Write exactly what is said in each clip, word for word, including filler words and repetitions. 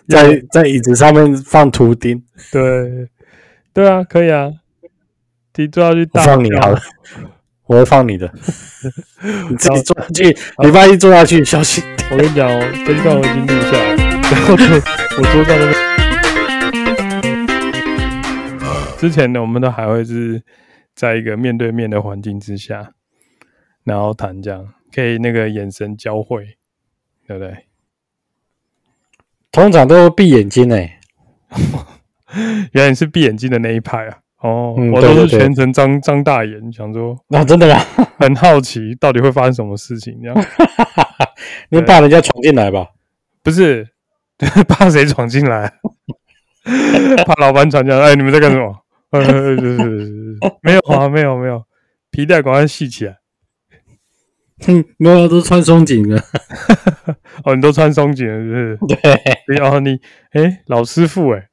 在在椅子上面放图钉。 对，对啊，可以啊。你坐下去大， 我放你好了，我会放你的。你自己坐下去，礼拜一坐下去，小心。 我跟你讲哦，这一段我已经录下来，然后就我桌上那边。之前呢，我们都还会是在一个面对面的环境之下，然后谈这样，可以那个眼神交汇，对不对？ 通常都闭眼睛诶、 欸，原来你是闭眼睛的那一派啊！哦， 嗯、 我都是全程张张大眼，想说， 那、啊、真的啦， 很好奇到底会发生什么事情，这样。 你怕人家闯进来吧？ 不是，怕谁闯进来？怕老板闯进来？哎，你们在干什么？呃，是是是，没有啊，没有没有，皮带赶快系起来。 哼，没有，都穿松紧的。 哦，你都穿松紧了，是不是？ 对。 哦，你哎，老师傅哎。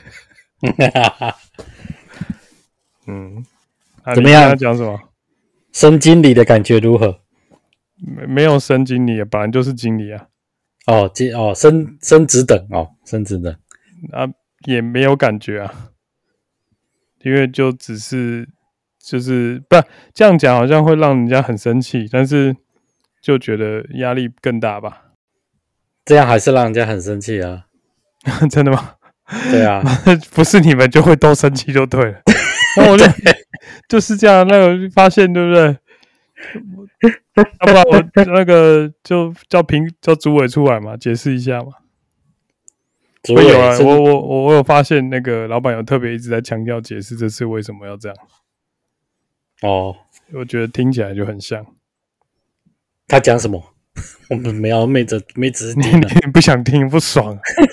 嗯，啊、 怎么样？ 讲什么？ 升经理的感觉如何？ 没没有升经理，本来就是经理啊。 哦，经哦升升职等哦，升职等啊，也没有感觉啊，因为就只是就是不这样讲，好像会让人家很生气，但是就觉得压力更大吧。 这样还是让人家很生气啊？ 真的吗？ 对啊， 不是你们就会都生气就对了。那我就就是这样，那个发现对不对？要不然我那个就叫评叫主委出来嘛，解释一下嘛。 主委有啊，我我我我有发现那个老板有特别一直在强调解释这次为什么要这样。 哦， 我觉得听起来就很像。 他讲什么？我们没有没仔没仔细听，你不想听不爽，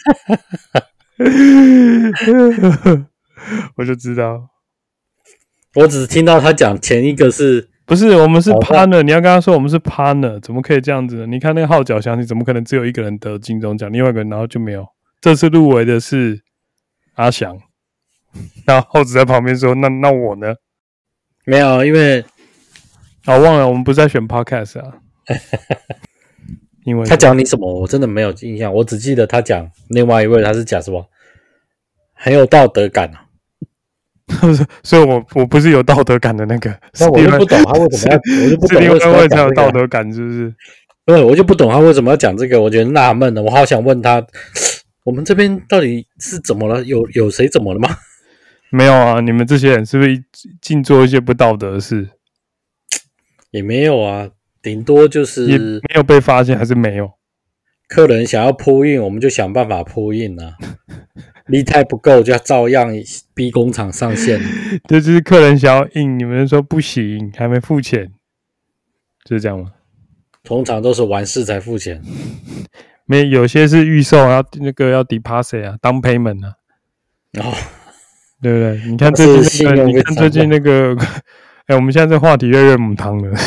我就知道。 我只是听到他讲前一个是不是我们是 partner，、哦、你要跟他说我们是 partner， 怎么可以这样子呢？你看那个号角响起，怎么可能只有一个人得金钟奖，另外一个人然后就没有？这次入围的是阿翔，然后后子在旁边说：“那那我呢？” 没有，因为啊、哦，忘了我们不是在选 podcast 啊。因为他讲你什么，我真的没有印象，我只记得他讲另外一位，他是讲什么很有道德感啊。 所以我我不是有道德感的那个， 那我就不懂他为什么要，我就不懂为什么要讲、这个、 才有道德感，是不是？ 对，我就不懂他为什么要讲这个，我觉得纳闷了，我好想问他，我们这边到底是怎么了？有有谁怎么了吗？ 没有啊，你们这些人是不是尽做一些不道德的事？ 也没有啊，顶多就是也没有被发现，还是没有。 客人想要铺印，我们就想办法铺印啊。力太不够，就要照样逼工厂上线。 这就是客人想要印，你们说不行，还没付钱，就是这样吗？ 通常都是完事才付钱。 没，有些是预售，要那个要 deposit 啊，当 payment 啊。 哦， 对不对？你看最近那个，你看最近那个，哎、欸，我们现在这话题越来越母汤了。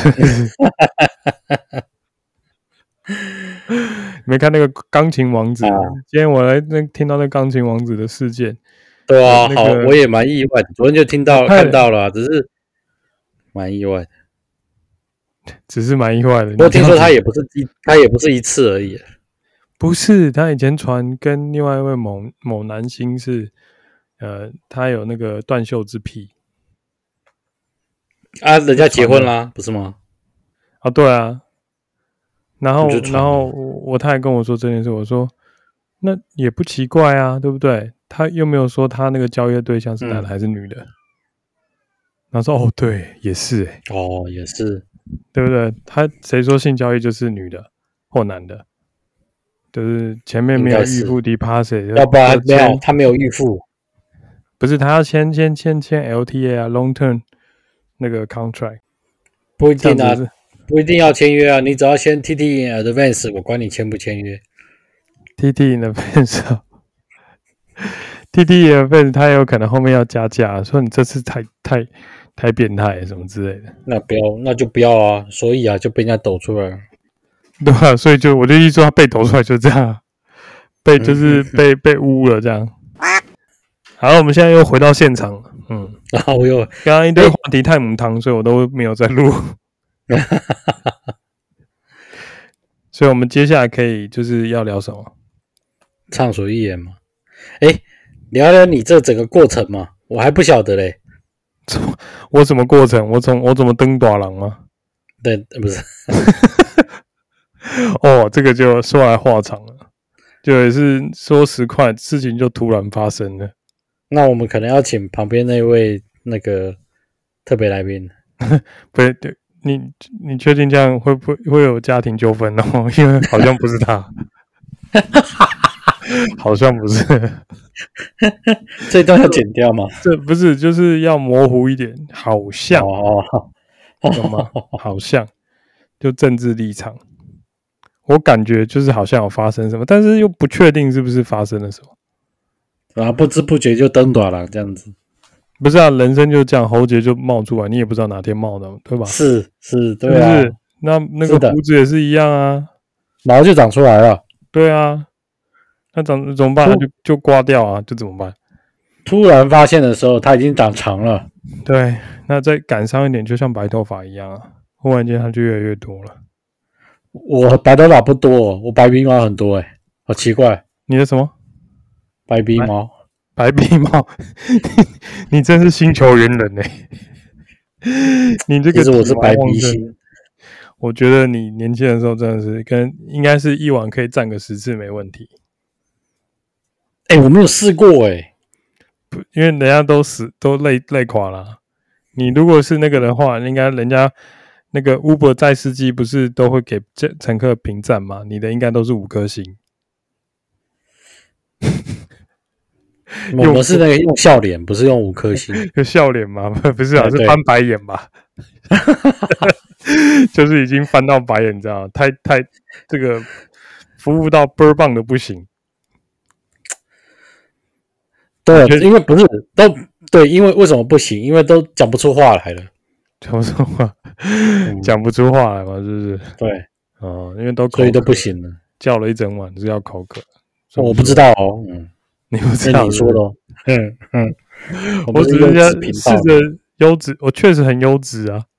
没看那个钢琴王子、啊？今天我来那听到那钢琴王子的事件。 对啊，那個、好，我也蛮意外的。昨天就听到看到了、啊，只是蛮意外的， 只是蛮意外的。 不过听说他也不是一，他也不是一次而已。 不是，他以前传跟另外一位某某男星是，呃，他有那个断袖之癖。 啊，人家结婚啦，不是吗？ 啊，对啊。然后，然后我他还跟我说这件事，我说那也不奇怪啊，对不对？他又没有说他那个交易对象是男的还是女的。嗯、然后说哦，对，也是哎、 欸，哦，也是， 对不对？他谁说性交易就是女的或男的？就是前面没有预付 deposit， 要不然没有他没有预付， 不是他要签签签签 L T A 啊 ，long term 那个 contract， 不一定啊。不一定要签约啊，你只要签 T T in advance， 我管你签不签约。 T T in advance，T T in advance， 他也有可能后面要加价，说你这次太太太变态什么之类的。 那不要，那就不要啊。所以啊，就被人家抖出来了， 对吧、啊？所以就我就一说他被抖出来就这样，被就是被、嗯、被污了这样。好，我们现在又回到现场了，嗯， 然后我又刚刚一堆话题太母汤，所以我都没有在录。所以我们接下来可以就是要聊什么？ 畅所欲言嘛。哎，聊聊你这整个过程嘛，我还不晓得嘞。 我什么过程？我从我怎么登大郎吗？ 对，不是。 哦，这个就说来话长了，就也是说实话，事情就突然发生了。 那我们可能要请旁边那位那个特别来宾。 不对，对你你确定这样会不会会有家庭纠纷哦？因为好像不是他，好像不是。 这段要剪掉吗？ 这不是，就是要模糊一点，好像哦， 懂吗？好像就政治立场，我感觉就是好像有发生什么，但是又不确定是不是发生了什么。 然后不知不觉就登短了，这样子。 不是啊，人生就这样，喉结就冒出来，你也不知道哪天冒的，对吧？ 是是，对啊。 是不是？那那个胡子也是一样啊， 毛就长出来了。 对啊，那长怎么办？就就刮掉啊，就怎么办？ 突然发现的时候，它已经长长了。 对，那再赶上一点，就像白头发一样啊，忽然间它就越来越多了。 我白头发不多，我白鼻毛很多哎、欸，好奇怪。 你的什么？ 白鼻毛？ 白鼻毛？你真是星球猿人哎、欸！你这个其实我是白鼻星。 我觉得你年轻的时候真的是跟应该是一晚可以站个十次没问题。 哎、欸，我没有试过哎、欸， 因为人家都死都累累垮了、啊。你如果是那个的话，应该人家那个 Uber 载司机不是都会给乘客评赞吗？你的应该都是五颗星。 我们是那个用笑脸，不是用五颗星。 有笑脸吗？不是啊，是翻白眼吧？就是已经翻到白眼，你知道吗？太太这个服务到倍儿棒的不行。 对，因为不是都对，因为为什么不行？因为都讲不出话来了。 讲不出话，讲、嗯、不出话来嘛，是不是？ 对， 哦，因为都口渴所以都不行了。 叫了一整晚是要口渴， 我不知道哦。嗯， 你不知道是不是？ 你说的、哦。嗯嗯， 我只是在试着优质，我确实很优质啊。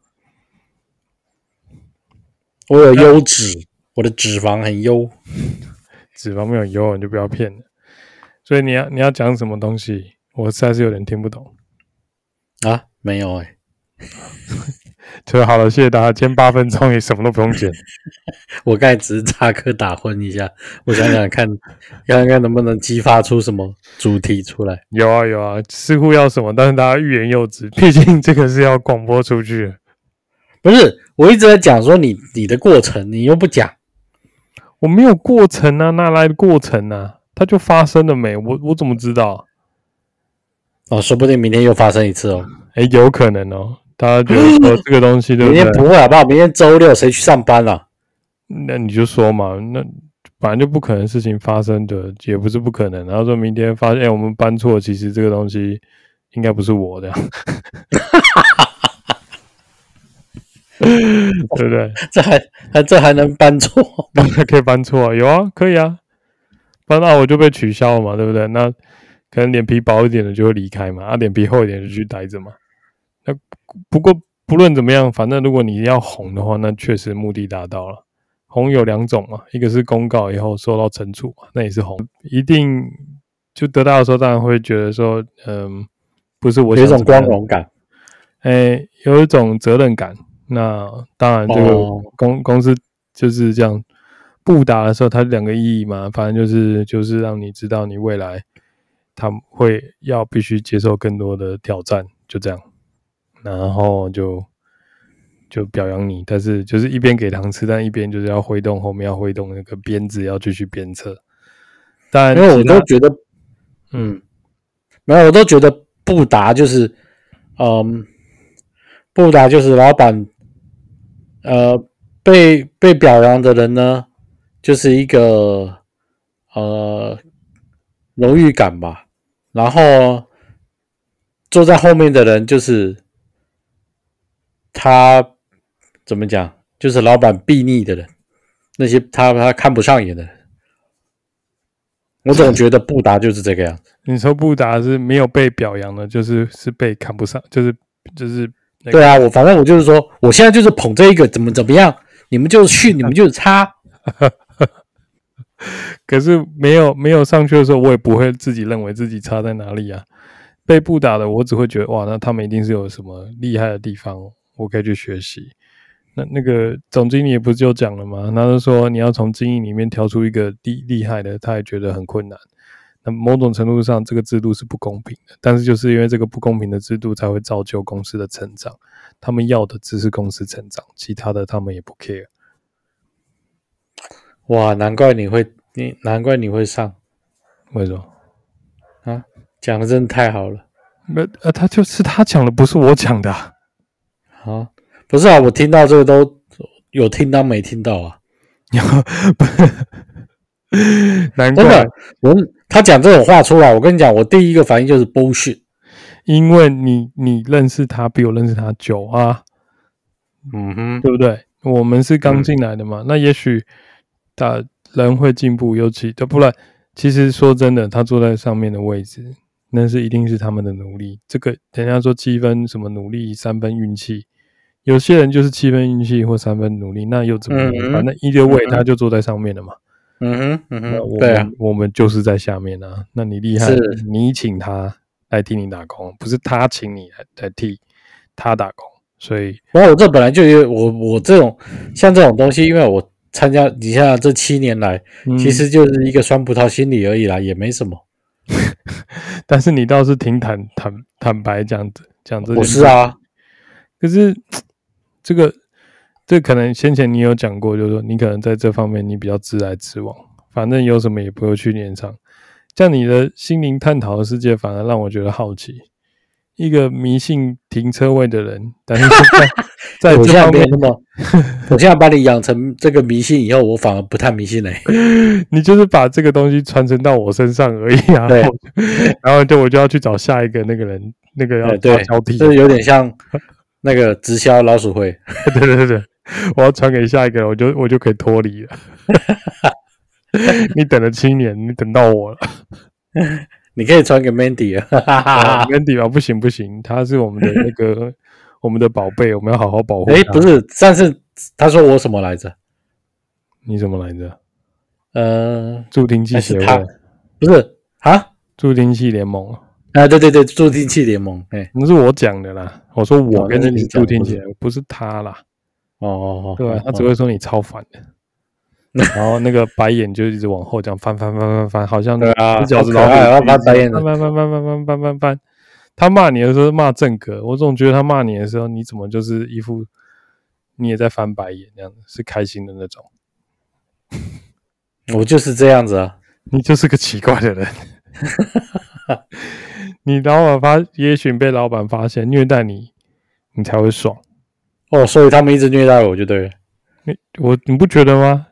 我有优脂，我的脂肪很优。 脂肪没有优，你就不要骗了。所以你要你要讲什么东西，我实在是有点听不懂啊，没有哎、欸。 就好了，谢谢大家。今天八分钟也什么都不用剪。 我刚才只是插科打诨一下，我想想看，看看能不能激发出什么主题出来。 有啊有啊，似乎要什么，但是大家欲言又止，毕竟这个是要广播出去的。 不是，我一直在讲说你你的过程，你又不讲。 我没有过程啊，哪来的过程啊？它就发生了没？我我怎么知道？ 哦，说不定明天又发生一次哦。 哎，有可能哦。大家觉得说这个东西对不对？ 明天不会好不好？明天周六谁去上班了、啊？ 那你就说嘛，那本来就不可能事情发生的，也不是不可能。然后说明天发现，哎，我们搬错，其实这个东西应该不是我的，对不对？ 这还还这还能搬错？ 还可以搬错啊？有啊，可以啊。搬到我就被取消了嘛，对不对？那可能脸皮薄一点的就会离开嘛，啊，脸皮厚一点就去待着嘛。那不过不论怎么样，反正如果你要红的话，那确实目的达到了。红有两种嘛，一个是公告以后受到惩处嘛，那也是红。一定就得到的时候，当然会觉得说，嗯，不是我想有一种光荣感， 哎，有一种责任感。那当然，这个公、哦、公司就是这样布达的时候，它两个意义嘛，反正就是就是让你知道你未来他会要必须接受更多的挑战，就这样。然后就就表扬你，但是就是一边给糖吃，但一边就是要挥动后面要挥动那个鞭子，要继续鞭策。当然， 因为我都觉得，嗯，没有，我都觉得布达就是，嗯，布达就是老板，呃，被被表扬的人呢，就是一个呃荣誉感吧，然后坐在后面的人就是他怎么讲，就是老板避逆的人，那些他他看不上眼的人。我总觉得布达就是这个样子。 你说布达是没有被表扬的，就是是被看不上，就是就是、那个。 对啊，我反正我就是说，我现在就是捧这一个怎么怎么样，你们就是逊，你们就是差。 可是没有没有上去的时候，我也不会自己认为自己差在哪里啊。被布打的，我只会觉得哇，那他们一定是有什么厉害的地方，我可以去学习。那那个总经理也不是就讲了吗？他就说你要从精英里面挑出一个厉厉害的，他也觉得很困难。那某种程度上，这个制度是不公平的，但是就是因为这个不公平的制度，才会造就公司的成长。他们要的只是公司成长，其他的他们也不 care。 哇，难怪你会，你难怪你会上， 为什么？ 啊，讲的真的太好了。 那呃，他就是他讲的，不是我讲的啊。 啊，不是啊，我听到这个都有听到没听到啊？ 难怪， 真的，我他讲这种话出来，我跟你讲，我第一个反应就是 bullshit。 因为你你认识他比我认识他久啊， 嗯哼， 对不对？我们是刚进来的嘛，嗯、那也许他人会进步，尤其不然，其实说真的，他坐在上面的位置，那是一定是他们的努力。这个人家说七分什么努力，三分运气，有些人就是七分运气或三分努力，那又怎么样？嗯、反正一个位他就坐在上面了嘛。 嗯哼，嗯哼， 我对啊， 我们就是在下面啊。那你厉害，你请他来替你打工，不是他请你 来, 来替他打工。所以， 然后我这本来就有我我这种像这种东西，因为我参加你像这七年来，嗯、其实就是一个酸葡萄心理而已啦，也没什么。 但是你倒是挺坦坦坦白这样子讲这件事。 我是啊， 可是这个。这可能先前你有讲过，就是说你可能在这方面你比较直来直往，反正有什么也不会去连上。这样你的心灵探讨的世界反而让我觉得好奇。一个迷信停车位的人，但是在在这方面， 我现在没有那么，我现在把你养成这个迷信以后，我反而不太迷信嘞、 欸。你就是把这个东西传承到我身上而已啊。 对， 然后就我就要去找下一个那个人，那个要抓交替， 这有点像那个直销老鼠会。 对对对对。我要传给下一个人，我就我就可以脱离了。你等了七年，你等到我了。 你可以传给 Mandy 了、 啊、，Mandy 吧，不行不行，他是我们的那个我们的宝贝，我们要好好保护他。 哎，不是，上次他说我什么来着？ 你什么来着？ 呃， 助听器协会， 不是啊？ 助听器联盟啊，对对对，助听器联盟，哎， 那是我讲的啦。我说我跟你助听器，不是他啦。 哦哦哦， 对吧、啊？他只会说你超烦的，然后那个白眼就一直往后这样翻翻翻翻翻，好像对啊， 脚趾老虎，然后翻白眼， 翻翻翻翻翻翻翻翻翻。他骂你的时候骂正格，我总觉得他骂你的时候，你怎么就是一副你也在翻白眼那样子，是开心的那种。 我就是这样子啊， 你就是个奇怪的人。你老板发，也许被老板发现虐待你，你才会爽。 哦，所以他们一直虐待我就对了。 你我你不觉得吗？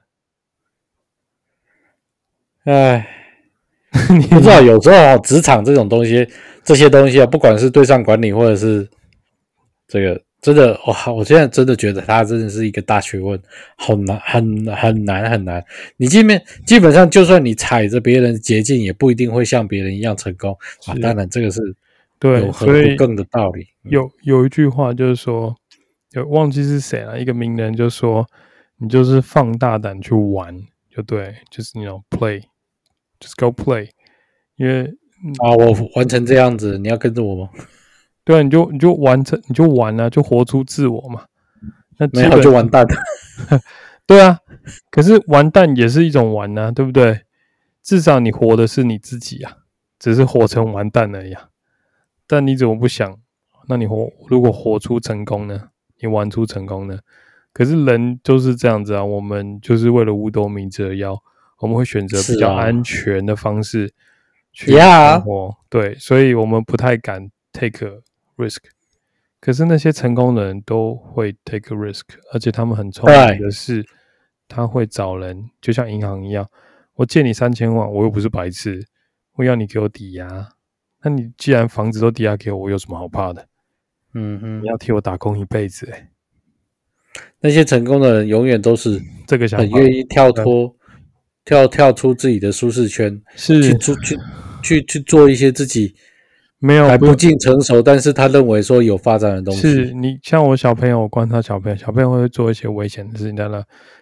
哎，你不知道有时候职场这种东西，这些东西啊，不管是对上管理或者是这个，真的哇，我现在真的觉得它真的是一个大学问，好难，很很难很难。你基本基本上，就算你踩着别人的捷径，也不一定会像别人一样成功啊。当然，这个是对有很不更的道理。 有有一句话就是说。有忘记是谁了，一个名人就说：“你就是放大胆去玩，就对，就是那种 play，just go play。”因为啊，我玩成这样子，你要跟着我吗？ 对啊，你就你就玩成你就玩啊，就活出自我嘛。那没有就完蛋。 对啊，可是完蛋也是一种玩啊，对不对？至少你活的是你自己啊，只是活成完蛋而已啊。但你怎么不想？那你活如果活出成功呢？你玩出成功呢？可是人就是这样子啊，我们就是为了五斗米折腰，我们会选择比较安全的方式去生活。对，所以我们不太敢 take a risk。可是那些成功的人都会 take a risk， 而且他们很聪明的是，他会找人，就像银行一样，我借你三千万，我又不是白痴，我要你给我抵押。那你既然房子都抵押给我，我有什么好怕的？ 嗯哼， 你要替我打工一辈子、欸、 那些成功的人永远都是这个想法， 很愿意跳脱、跳跳出自己的舒适圈， 是去做去去去做一些自己没有还不尽成熟，但是他认为说有发展的东西。 是你像我小朋友，我观察小朋友，小朋友会做一些危险的事情在那，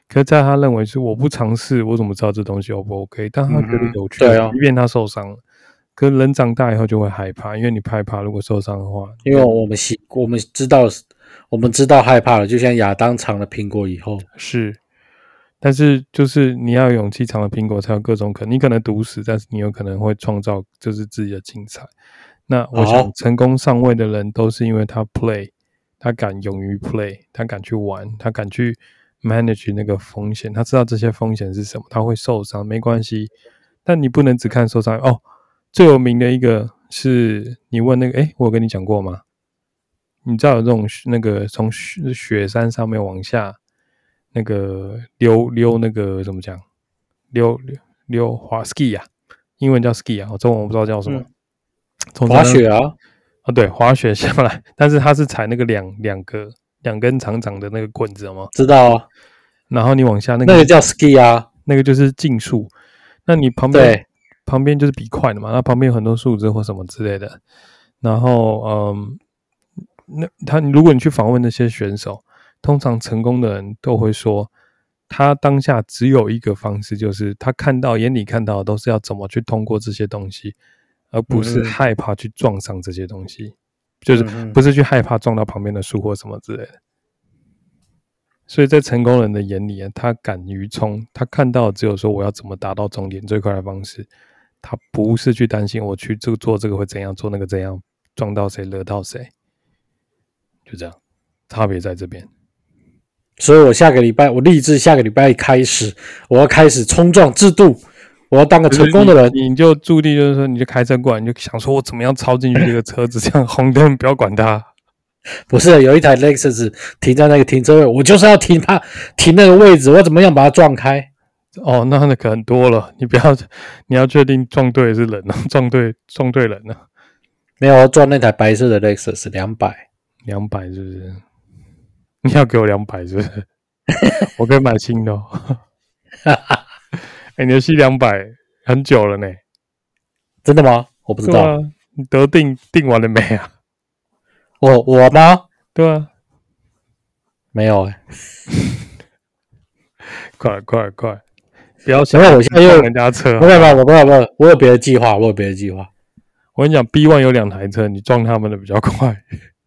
可是在他认为是我不尝试，我怎么知道这东西 O 不 OK？ 但他觉得有趣， 对啊， 即便他受伤了。可是人长大以后就会害怕，因为你害怕如果受伤的话， 因为我们习我们知道我们知道害怕了，就像亚当尝了苹果以后是，但是就是你要有勇气尝了苹果，才有各种可能。你可能毒死，但是你有可能会创造就是自己的精彩。那我想成功上位的人都是因为他 play， 他敢勇于 play， 他敢去玩，他敢去 manage 那个风险，他知道这些风险是什么，他会受伤没关系，但你不能只看受伤哦。最有名的一个是你问那个，诶，我有跟你讲过吗？你知道有这种那个从雪山上面往下那个溜溜那个怎么讲？溜溜溜滑 ski 啊，英文叫 ski 啊，中文我不知道叫什么。 嗯、滑雪啊， 啊对，滑雪下来，但是它是踩那个两两个两根长长的那个棍子，有吗？ 知道啊。 然后你往下那个那个叫 ski 啊， 那个就是竞速。那你旁边旁边就是比快的嘛，那旁边有很多树枝或什么之类的。然后嗯，那他如果你去访问那些选手，通常成功的人都会说，他当下只有一个方式，就是他看到眼里看到的都是要怎么去通过这些东西，而不是害怕去撞上这些东西，嗯、就是不是去害怕撞到旁边的树或什么之类的。所以在成功人的眼里，他敢于冲，他看到只有说我要怎么达到终点最快的方式，他不是去担心我去做这个会怎样，做那个怎样，撞到谁惹到谁，就这样，差别在这边。 所以我下个礼拜，我立志下个礼拜开始，我要开始冲撞制度，我要当个成功的人。 你, 你就注定就是说，你就开车过来，你就想说我怎么样超进去这个车子，这样红灯不要管它。 不是有一台 Lexus 停在那个停车位，我就是要停它，停那个位置，我怎么样把它撞开？ 哦，那那可很多了，你不要，你要确定撞对是人啊，撞对撞对人啊。 没有，我要撞那台白色的 Lexus 两百， 两百是不是？你要给我两百是不是？我可以买新的哦。哎、欸，你的 C 两百很久了呢。 真的吗？我不知道。 啊、你得定定完了没啊？ 我我吗？ 对啊， 没有哎、 欸。快快快！不要想，我现在又人家车。 不不不，我不不不，我有别的计划，我有别的计划。 我跟你讲 ，B 一 有两台车，你撞他们的比较快。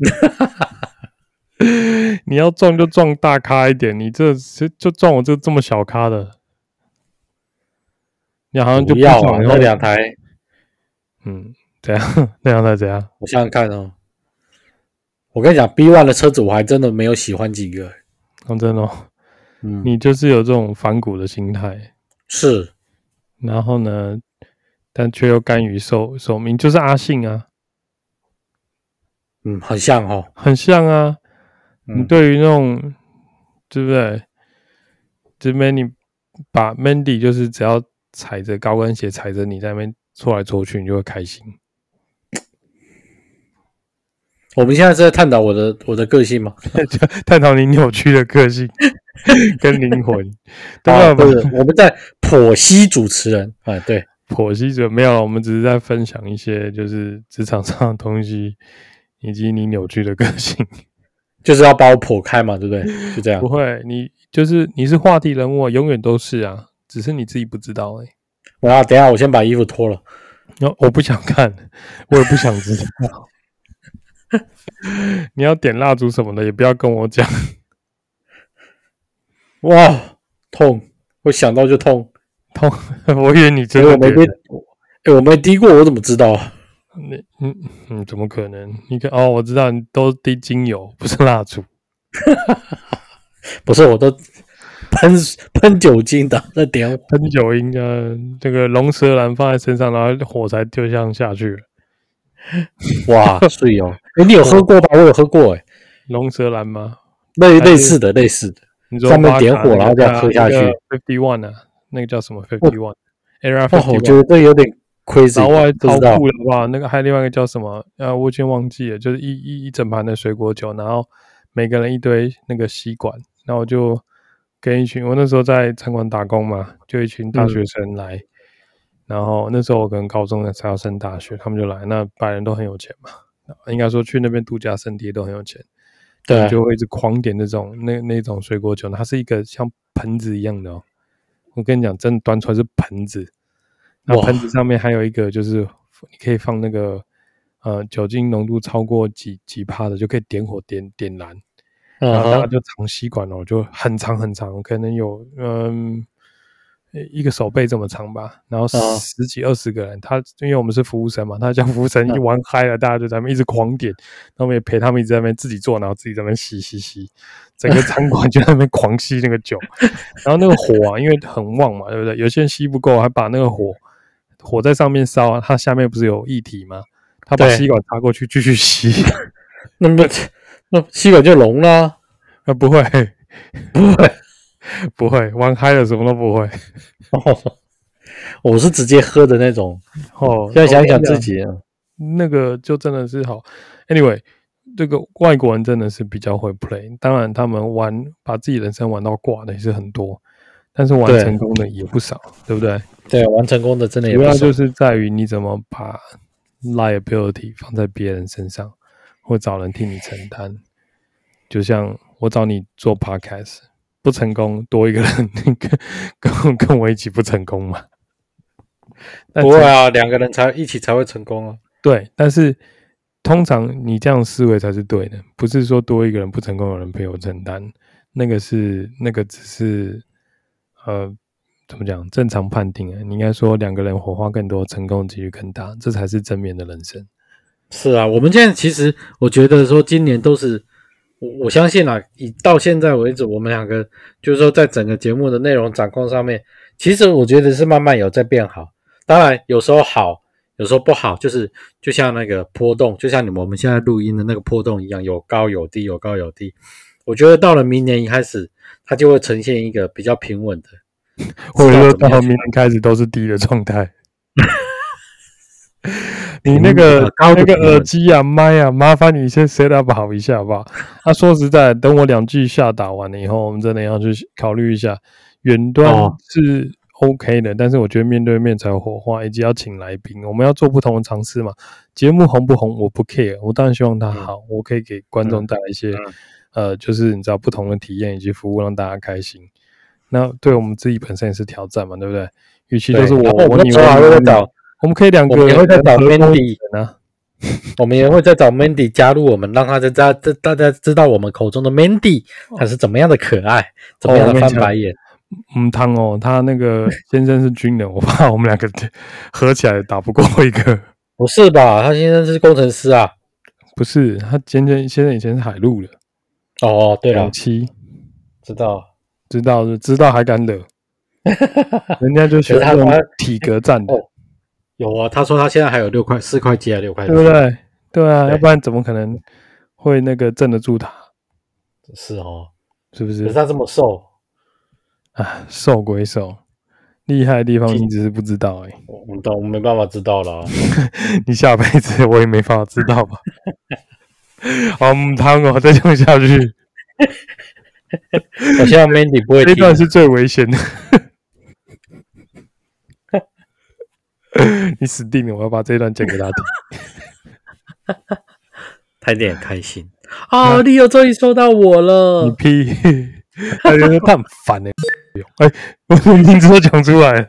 你要撞就撞大咖一点，你这就撞我这这么小咖的，你好像就不要啊！那两台， 嗯，怎样？那两台怎样？ 我想想看哦。我跟你讲 ，B 一 的车子我还真的没有喜欢几个。 哦，真的、哦， 嗯， 你就是有这种反骨的心态， 是。 然后呢，但却又甘于受受命，就是阿信啊。 嗯，很像哦， 很像啊。嗯、你对于那种，对不对？这边你把 Mandy 就是只要踩着高跟鞋踩着你在那边搓来搓去，你就会开心。 我们现在是在探讨我的我的个性吗？ 探讨你扭曲的个性跟灵魂。 对吧？不是，我们在剖析主持人。哎，对， 剖析者没有，我们只是在分享一些就是职场上的东西，以及你扭曲的个性。 就是要把我剖开嘛，对不对？就这样。 不会，你就是你是话题人物，永远都是啊，只是你自己不知道而已。 我要等一下，我先把衣服脱了。 我我不想看，我也不想知道。你要点蜡烛什么的，也不要跟我讲。 哇，痛！我想到就痛， 痛！我以为你真的没滴，哎，我没滴过，我怎么知道啊？ 你嗯嗯，怎么可能？你看哦，我知道你都滴精油，不是蜡烛。 不是，我都喷喷酒精的，在点火。 喷酒精啊，这个龙舌兰放在身上，然后火柴就这样下去了。 哇，是哦！哎，你有喝过吧？我有喝过哎。 龙舌兰吗？ 类类似的，类似的。 你说上面点火，然后这样喝下去。 Fifty One 啊，那个叫什么 Fifty One？Era Fifty One。 我觉得这有点 crazy。 然后还超酷的哇！那个还有另外一个叫什么？呃，我已经忘记了，就是一一一整盘的水果酒，然后每个人一堆那个吸管，然后我就跟一群，我那时候在餐馆打工嘛，就一群大学生来。嗯，然后那时候我可能高中才要升大学，他们就来。那白人都很有钱嘛，应该说去那边度假胜地都很有钱，对，就会一直狂点那种那那种水果酒，它是一个像盆子一样的哦。我跟你讲，真的端出来是盆子，然后盆子上面还有一个就是你可以放那个呃酒精浓度超过几几帕的，就可以点火点点燃，然后大家就长吸管哦，就很长很长，可能有嗯。一个手背这么长吧，然后十几二十个人，他因为我们是服务生嘛，他叫服务生一玩嗨了，大家就在那边一直狂点，然后我们也陪他们一直在那边自己做，然后自己在那边吸吸吸，整个餐馆就在那边狂吸那个酒，然后那个火啊，因为很旺嘛，对不对？有些人吸不够，还把那个火火在上面烧啊，它下面不是有液体吗？他把吸管插过去继续吸， 那么那吸管就聋了啊？不会，不会。不会，玩嗨了什么都不会。 哦，我是直接喝的那种。哦，现在想想自己， 那个就真的是好。Anyway， 这个外国人真的是比较会 play， 当然他们玩把自己人生玩到挂的也是很多，但是玩成功的也不少， 对, 对不对？ 对，玩成功的真的也不少。 主要就是在于你怎么把 liability 放在别人身上，或找人替你承担。就像我找你做 podcast。不成功，多一个人跟跟跟我一起不成功嘛？ 不会啊，两个人才一起才会成功啊。 对，但是通常你这样思维才是对的，不是说多一个人不成功，有人陪我承担，那个是那个只是呃怎么讲正常判定啊？你应该说两个人火花更多，成功的几率更大，这才是正面的人生。 是啊，我们现在其实我觉得说今年都是。我我相信啊，以到现在为止，我们两个就是说，在整个节目的内容掌控上面，其实我觉得是慢慢有在变好。当然，有时候好，有时候不好，就是就像那个波动，就像你们我们现在录音的那个波动一样，有高有低，有高有低。我觉得到了明年一开始，它就会呈现一个比较平稳的， 或者说到明年开始都是低的状态。你那个那个耳机啊、麦啊，麻烦你先 set up 好一下好不好？啊，说实在，等我两句下打完了以后，我们真的要去考虑一下，远端是 OK 的，哦、但是我觉得面对面才有火花，以及要请来宾，我们要做不同的尝试嘛。节目红不红我不 care， 我当然希望它好，嗯、我可以给观众带来一些、嗯、呃，就是你知道不同的体验以及服务，让大家开心。那对我们自己本身也是挑战嘛，对不对？与其都是我我你我找。我们可以两个， 我们也会再找 Mandy 啊，我们也会再找 Mandy 加入我们，让他在大大家知道我们口中的 Mandy 他是怎么样的可爱，怎么样的翻白眼。 嗯，汤哦，他那个先生是军人，我怕我们两个合起来打不过一个。 不是吧？他先生是工程师啊？ 不是，他先生先生以前是海陆的。 哦，对了， 七知道知道知道还敢惹？人家就喜欢这种体格战的。 哦有啊，他说他现在还有六块四块肌还六块肌， 对不对？对啊，要不然怎么可能会那个镇得住他？ 是哦， 是不是？ 可是他这么瘦啊，瘦归瘦，厉害的地方你只是不知道而已。 我们我没办法知道了、啊， 你下辈子我也没办法知道吧？好母汤哦，再这样下去， 我希望 Mandy 不会听。 这段是最危险的。你死定了！我要把这一段剪给他听。 他一定很开心啊！利友终于收到我了。 你屁！他觉得他很烦哎、欸。哎，我的名字都讲出来了。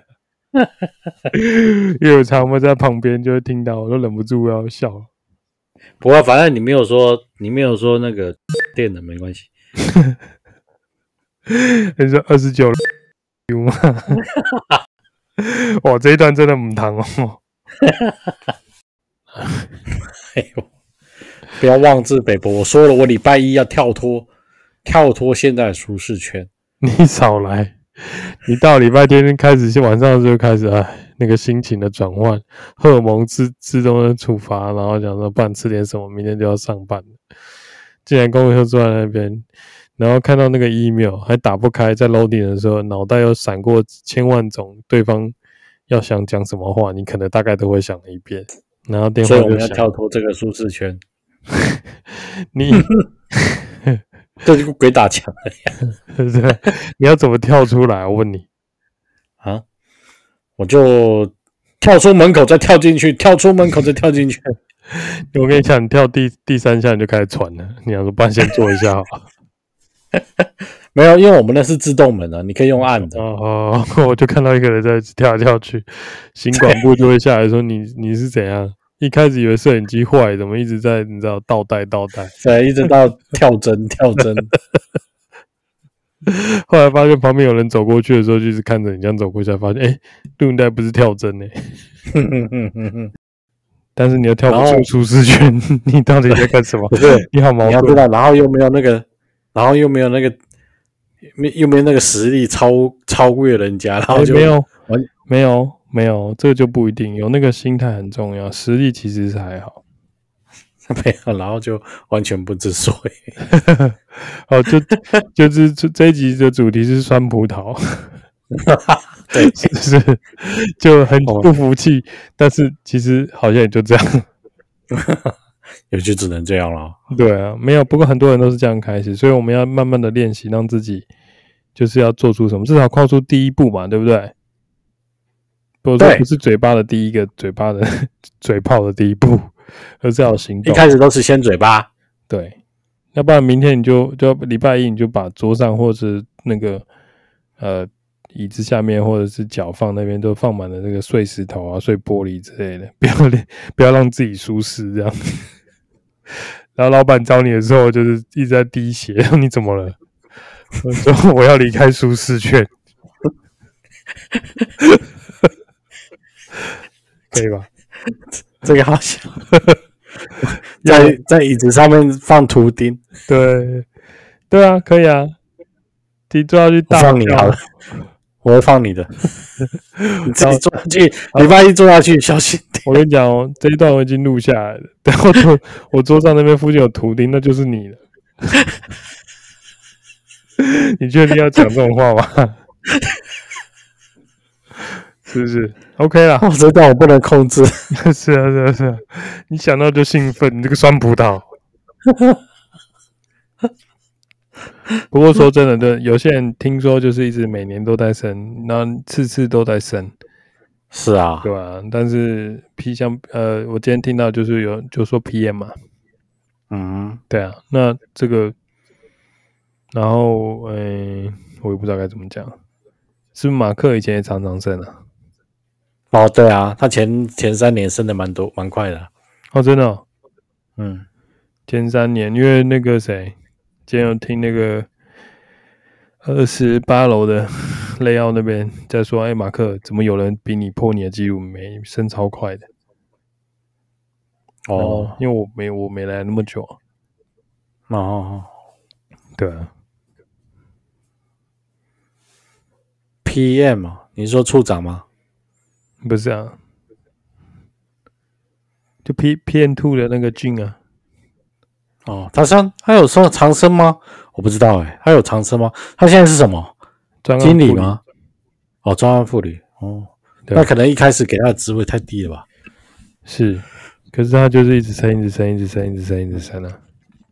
因为有常我在旁边就会听到，我都忍不住要笑了。 不过反正你没有说，你没有说那个电的没关系。 你说二十九有吗？哇，这一段真的母汤哦！ 哎呦，不要妄自菲薄！我说了，我礼拜一要跳脱，跳脱现在的舒适圈。 你少来！你到礼拜天开始，晚上就开始哎，那个心情的转换，荷尔蒙自自动的触发，然后想说，不然吃点什么，明天就要上班了。竟然公司坐在那边。然后看到那个 email 还打不开，在 loading 的时候，脑袋又闪过千万种对方要想讲什么话，你可能大概都会想一遍。然后电话就响， 所以我们要跳脱这个舒适圈。 你这就鬼打墙了呀！ 对不对？你要怎么跳出来？我问你啊，我就跳出门口再跳进去，跳出门口再跳进去。 我跟你讲，你跳第第三下你就开始喘了。你想说，不然先做一下好了。 没没有，因为我们那是自动门啊，你可以用按的。 哦，我就看到一个人在跳来跳去，行管部就会下来说你你是怎样？一开始以为摄影机坏，怎么一直在你知道倒带倒带， 对，一直到跳针跳针。 后来发现旁边有人走过去的时候，就一直看着你这样走过去，才发现哎，录影带不是跳针哎、欸。但是你要跳不出舒适圈，你到底在干什么？ 不是， 你好矛盾。 你要知道，然后又没有那个，然后又没有那个，又没有那个实力超超越人家，然后就、 欸、没有没有没有，这个就不一定。有那个心态很重要，实力其实是还好。 没有，然后就完全不知所以。 哦，就就是这一集的主题是酸葡萄。 对， 是就很不服气、哦，但是其实好像也就这样， 也就只能这样了。 对啊，没有，不过很多人都是这样开始，所以我们要慢慢的练习，让自己就是要做出什么，至少跨出第一步嘛，对不对？不是不是嘴巴的第一个嘴巴的嘴炮的第一步，而是要行动。 一开始都是先嘴巴， 对，要不然明天你就就礼拜一你就把桌上或者那个呃。椅子下面或者是脚放那边都放满了那个碎石头啊、碎玻璃之类的，不要不要让自己舒适这样。然后老板找你的时候，就是一直在滴血，你怎么了？我说我要离开舒适圈，可以吧？ 这个好笑，在在椅子上面放图钉， 对对啊，可以啊，你坐下去大放你好了。我会放你的，你自己坐下去，礼拜一坐下去，小心点。 我跟你讲哦，这一段我已经录下来了。然后我桌上那边附近有图钉，那就是你了。你确定要讲这种话吗？是不是 ？OK 啦， 我这段我不能控制。 是啊，是啊，是啊，你想到就兴奋，你这个酸葡萄。不过说真的，对，有些人听说就是一直每年都在生，然后次次都在生， 是啊， 对啊。但是 P 像呃，我今天听到就是有就说 P M 嘛， 嗯， 对啊，那这个，然后呃，我也不知道该怎么讲，是不是马克以前也常常生啊？ 哦，对啊，他前前三年生的蛮多，蛮快的、啊。 哦，真的、哦， 嗯， 前三年，因为那个谁。今天有听那个二十八楼的雷奥那边在说，哎、欸，马克，怎么有人比你破你的记录没升超快的？哦，因为我没我没来那么久、啊。 哦， 对啊。 P M 啊，你说处长吗？ 不是啊，就 P P M two 的那个俊啊。 哦，他上他有说长生吗？我不知道哎、欸，他有长生吗？他现在是什么？经理吗？哦，专案副理。哦，那可能一开始给他的职位太低了吧？ 是，可是他就是一直升，一直升，一直升，一直升，一直升啊。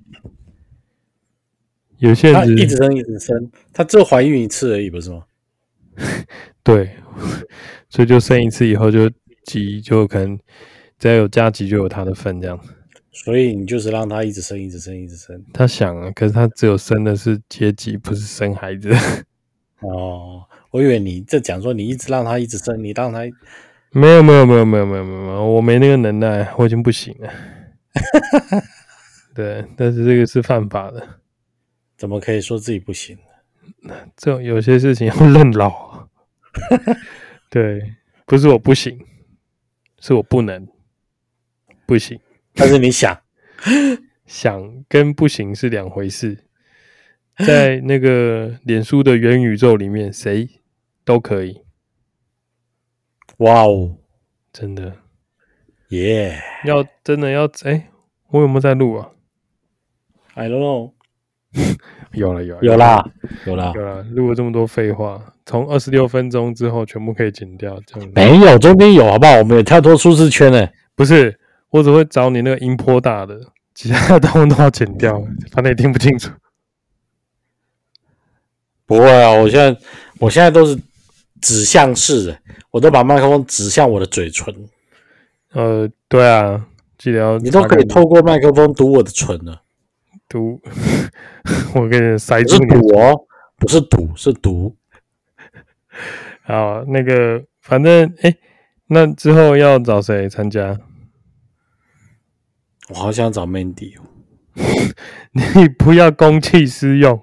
有些人一直升，一直升，他只有怀孕一次而已，不是吗？ 对，所以就生一次以后就级就可能只要有加级就有他的份这样。 所以你就是让他一直生，一直生，一直生。 他想啊，可是他只有生的是阶级，不是生孩子。 哦，我以为你在讲说你一直让他一直生，你让他没有没有没有没有没有没有，我没那个能耐，我已经不行了。对，但是这个是犯法的。 怎么可以说自己不行？ 这种有些事情要认老。对，不是我不行，是我不能，不行。 但是你想想跟不行是两回事，在那个脸书的元宇宙里面，谁都可以。 哇哦， 真的， 耶、 yeah ！要真的要哎、欸，我有没有在录啊 ？I don't know 有了有了有啦有啦有啦，录了这么多废话，从二十六分钟之后全部可以剪掉，这样没有中间有好不好？我们有跳脱舒适圈呢、欸， 不是。我只会找你那个音波大的，其他的都都要剪掉，反正也听不清楚。 不会啊，我现在我现在都是指向式的，我都把麦克风指向我的嘴唇。 呃，对啊，记得要你都可以透过麦克风读我的唇了。 读，我给你塞住你读哦， 不是赌，是毒。 好，那个反正哎，那之后要找谁参加？ 我好想找 Mandy 哦。 你不要公器私用。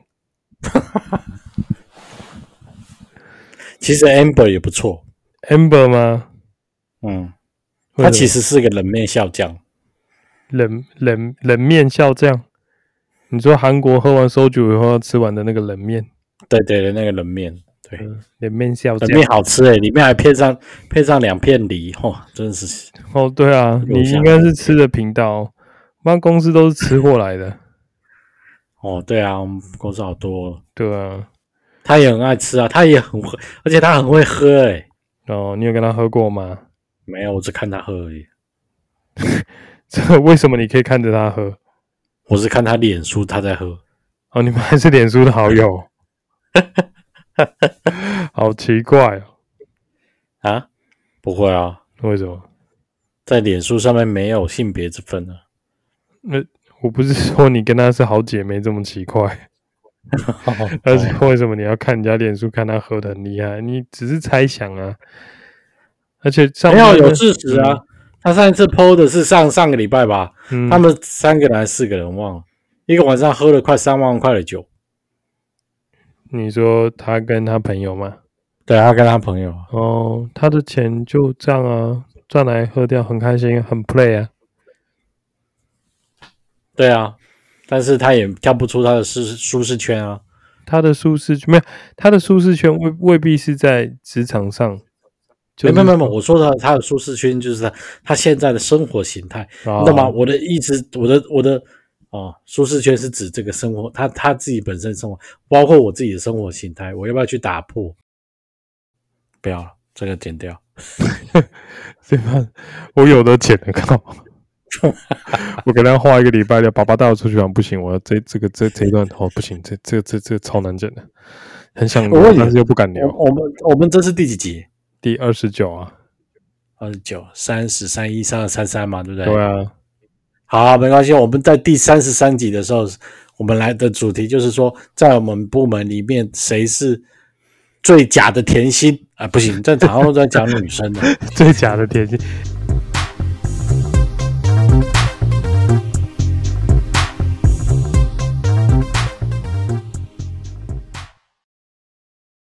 其实 Amber 也不错。 Amber 吗？ 嗯，他其实是个冷面笑匠。 冷冷冷面笑匠？你说韩国喝完烧酒以后要吃完的那个冷面？ 对对的，那个冷面。对， 嗯、冷面笑匠。 冷面好吃诶、欸，里面还配上配上两片梨，哦，真的是。 哦，对啊，你应该是吃的频道，我们公司都是吃货来的。 哦，对啊，我们公司好多。 对啊， 他也很爱吃啊，他也很会，而且他很会喝诶、 欸。哦，你有跟他喝过吗？ 没有，我只看他喝而已。 这为什么你可以看着他喝？ 我是看他脸书他在喝。 哦，你们还是脸书的好友。好奇怪哦。 啊？不会啊。 为什么？ 在脸书上面没有性别之分啊。 那、呃、我不是说你跟他是好姐妹这么奇怪。但是为什么你要看人家脸书看他喝得很厉害？你只是猜想啊。而且上没有有事实啊、嗯，他上一次 P O 的是上上个礼拜吧、嗯，他们三个人还是四个人忘了，一个晚上喝了快三万块的酒。 你说他跟他朋友吗？ 对，他跟他朋友。 哦，他的钱就这样啊，赚来喝掉，很开心，很 play 啊。 对啊，但是他也跳不出他的舒适圈啊。 他的舒适圈没有，他的舒适圈未未必是在职场上。 没有没有没有，我说的他的舒适圈就是他他现在的生活形态，哦、你懂吗？我的意思，我的我的哦，舒适圈是指这个生活，他他自己本身生活，包括我自己的生活形态，我要不要去打破？不要了，这个剪掉。 对吧？我有的剪了，靠！我给他画一个礼拜的，爸爸带我出去玩，不行，我要这这个这这一段哦，不行，这这这这超难剪的，很想留，但是又不敢留。 我们我们这是第几集？ 第二十九啊， 二十九、三十、三一、三二、三三嘛，对不对？ 对啊。 好，没关系。我们在第三十三集的时候，我们来的主题就是说，在我们部门里面，谁是最假的甜心啊？不行，这好像在讲女生的最假的甜心。